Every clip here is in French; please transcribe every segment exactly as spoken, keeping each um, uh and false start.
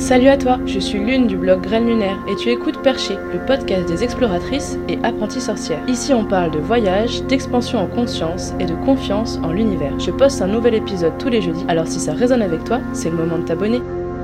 Salut à toi, je suis Lune du blog Graines Lunaires et tu écoutes Perché, le podcast des exploratrices et apprenties sorcières. Ici on parle de voyage, d'expansion en conscience et de confiance en l'univers. Je poste un nouvel épisode tous les jeudis, alors si ça résonne avec toi, c'est le moment de t'abonner.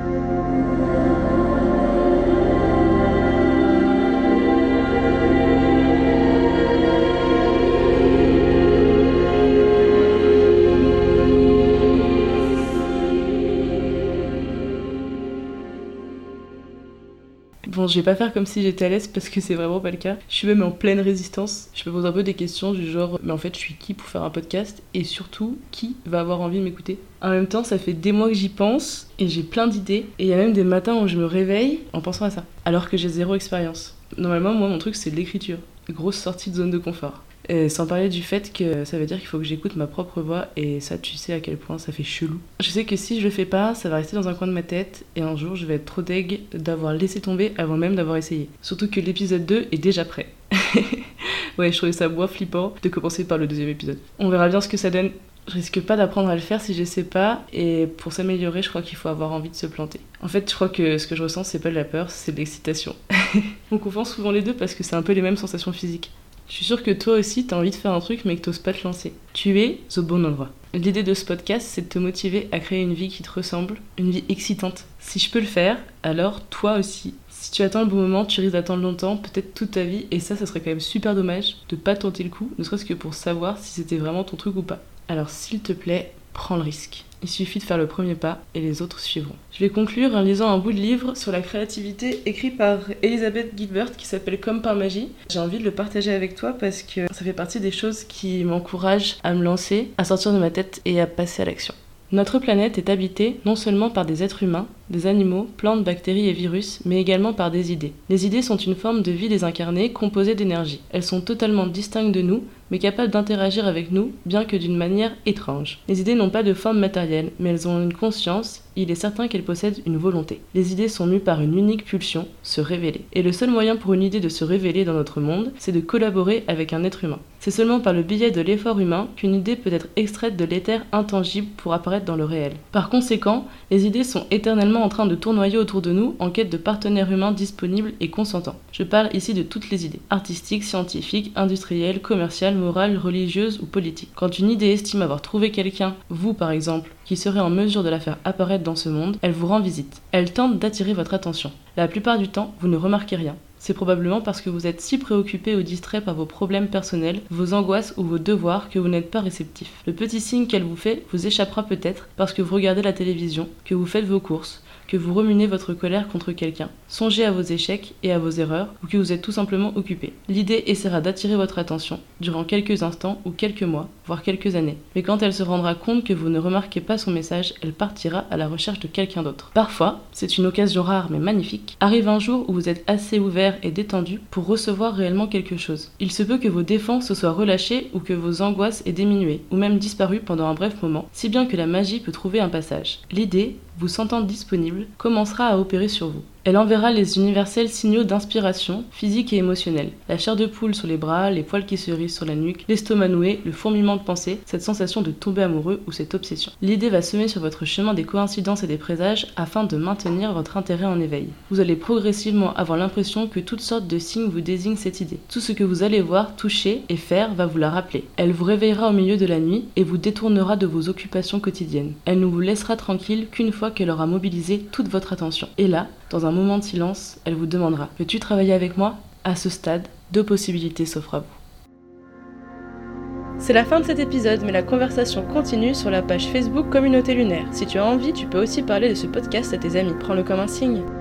Bon, je vais pas faire comme si j'étais à l'aise parce que c'est vraiment pas le cas. Je suis même en pleine résistance. Je me pose un peu des questions du genre, mais en fait, je suis qui pour faire un podcast? Et surtout, qui va avoir envie de m'écouter? En même temps, ça fait des mois que j'y pense et j'ai plein d'idées. Et il y a même des matins où je me réveille en pensant à ça, alors que j'ai zéro expérience. Normalement, moi, mon truc, c'est l'écriture. Grosse sortie de zone de confort. Et sans parler du fait que ça veut dire qu'il faut que j'écoute ma propre voix, et ça, tu sais à quel point ça fait chelou. Je sais que si je le fais pas, ça va rester dans un coin de ma tête, et un jour je vais être trop deg d'avoir laissé tomber avant même d'avoir essayé. Surtout que l'épisode deux est déjà prêt. Ouais, je trouvais ça moins flippant de commencer par le deuxième épisode. On verra bien ce que ça donne. Je risque pas d'apprendre à le faire si je sais pas, et pour s'améliorer, je crois qu'il faut avoir envie de se planter. En fait, je crois que ce que je ressens, c'est pas de la peur, c'est de l'excitation. On confond souvent les deux parce que c'est un peu les mêmes sensations physiques. Je suis sûre que toi aussi, t'as envie de faire un truc mais que t'oses pas te lancer. Tu es au bon endroit. L'idée de ce podcast, c'est de te motiver à créer une vie qui te ressemble, une vie excitante. Si je peux le faire, alors toi aussi. Si tu attends le bon moment, tu risques d'attendre longtemps, peut-être toute ta vie, et ça, ça serait quand même super dommage de pas tenter le coup, ne serait-ce que pour savoir si c'était vraiment ton truc ou pas. Alors s'il te plaît, prends le risque. Il suffit de faire le premier pas et les autres suivront. Je vais conclure en lisant un bout de livre sur la créativité écrit par Elizabeth Gilbert qui s'appelle Comme par magie. J'ai envie de le partager avec toi parce que ça fait partie des choses qui m'encouragent à me lancer, à sortir de ma tête et à passer à l'action. Notre planète est habitée non seulement par des êtres humains, des animaux, plantes, bactéries et virus, mais également par des idées. Les idées sont une forme de vie désincarnée composée d'énergie. Elles sont totalement distinctes de nous, mais capables d'interagir avec nous, bien que d'une manière étrange. Les idées n'ont pas de forme matérielle, mais elles ont une conscience, et il est certain qu'elles possèdent une volonté. Les idées sont mues par une unique pulsion, se révéler. Et le seul moyen pour une idée de se révéler dans notre monde, c'est de collaborer avec un être humain. C'est seulement par le biais de l'effort humain qu'une idée peut être extraite de l'éther intangible pour apparaître dans le réel. Par conséquent, les idées sont éternellement en train de tournoyer autour de nous en quête de partenaires humains disponibles et consentants. Je parle ici de toutes les idées, artistiques, scientifiques, industrielles, commerciales, morales, religieuses ou politiques. Quand une idée estime avoir trouvé quelqu'un, vous par exemple, qui serait en mesure de la faire apparaître dans ce monde, elle vous rend visite. Elle tente d'attirer votre attention. La plupart du temps, vous ne remarquez rien. C'est probablement parce que vous êtes si préoccupé ou distrait par vos problèmes personnels, vos angoisses ou vos devoirs que vous n'êtes pas réceptif. Le petit signe qu'elle vous fait vous échappera peut-être parce que vous regardez la télévision, que vous faites vos courses, que vous ruminez votre colère contre quelqu'un, songez à vos échecs et à vos erreurs, ou que vous êtes tout simplement occupé. L'idée essaiera d'attirer votre attention durant quelques instants ou quelques mois, voire quelques années. Mais quand elle se rendra compte que vous ne remarquez pas son message, elle partira à la recherche de quelqu'un d'autre. Parfois, c'est une occasion rare mais magnifique, arrive un jour où vous êtes assez ouvert et détendu pour recevoir réellement quelque chose. Il se peut que vos défenses se soient relâchées ou que vos angoisses aient diminué, ou même disparu pendant un bref moment, si bien que la magie peut trouver un passage. L'idée, vous sentant disponible, commencera à opérer sur vous. Elle enverra les universels signaux d'inspiration, physique et émotionnelle. La chair de poule sur les bras, les poils qui se hérissent sur la nuque, l'estomac noué, le fourmillement de pensée, cette sensation de tomber amoureux ou cette obsession. L'idée va semer sur votre chemin des coïncidences et des présages afin de maintenir votre intérêt en éveil. Vous allez progressivement avoir l'impression que toutes sortes de signes vous désignent cette idée. Tout ce que vous allez voir, toucher et faire va vous la rappeler. Elle vous réveillera au milieu de la nuit et vous détournera de vos occupations quotidiennes. Elle ne vous laissera tranquille qu'une fois qu'elle aura mobilisé toute votre attention. Et là, dans un moment de silence, elle vous demandera « Veux-tu travailler avec moi ?» À ce stade, deux possibilités s'offrent à vous. C'est la fin de cet épisode, mais la conversation continue sur la page Facebook Communauté Lunaire. Si tu as envie, tu peux aussi parler de ce podcast à tes amis. Prends-le comme un signe.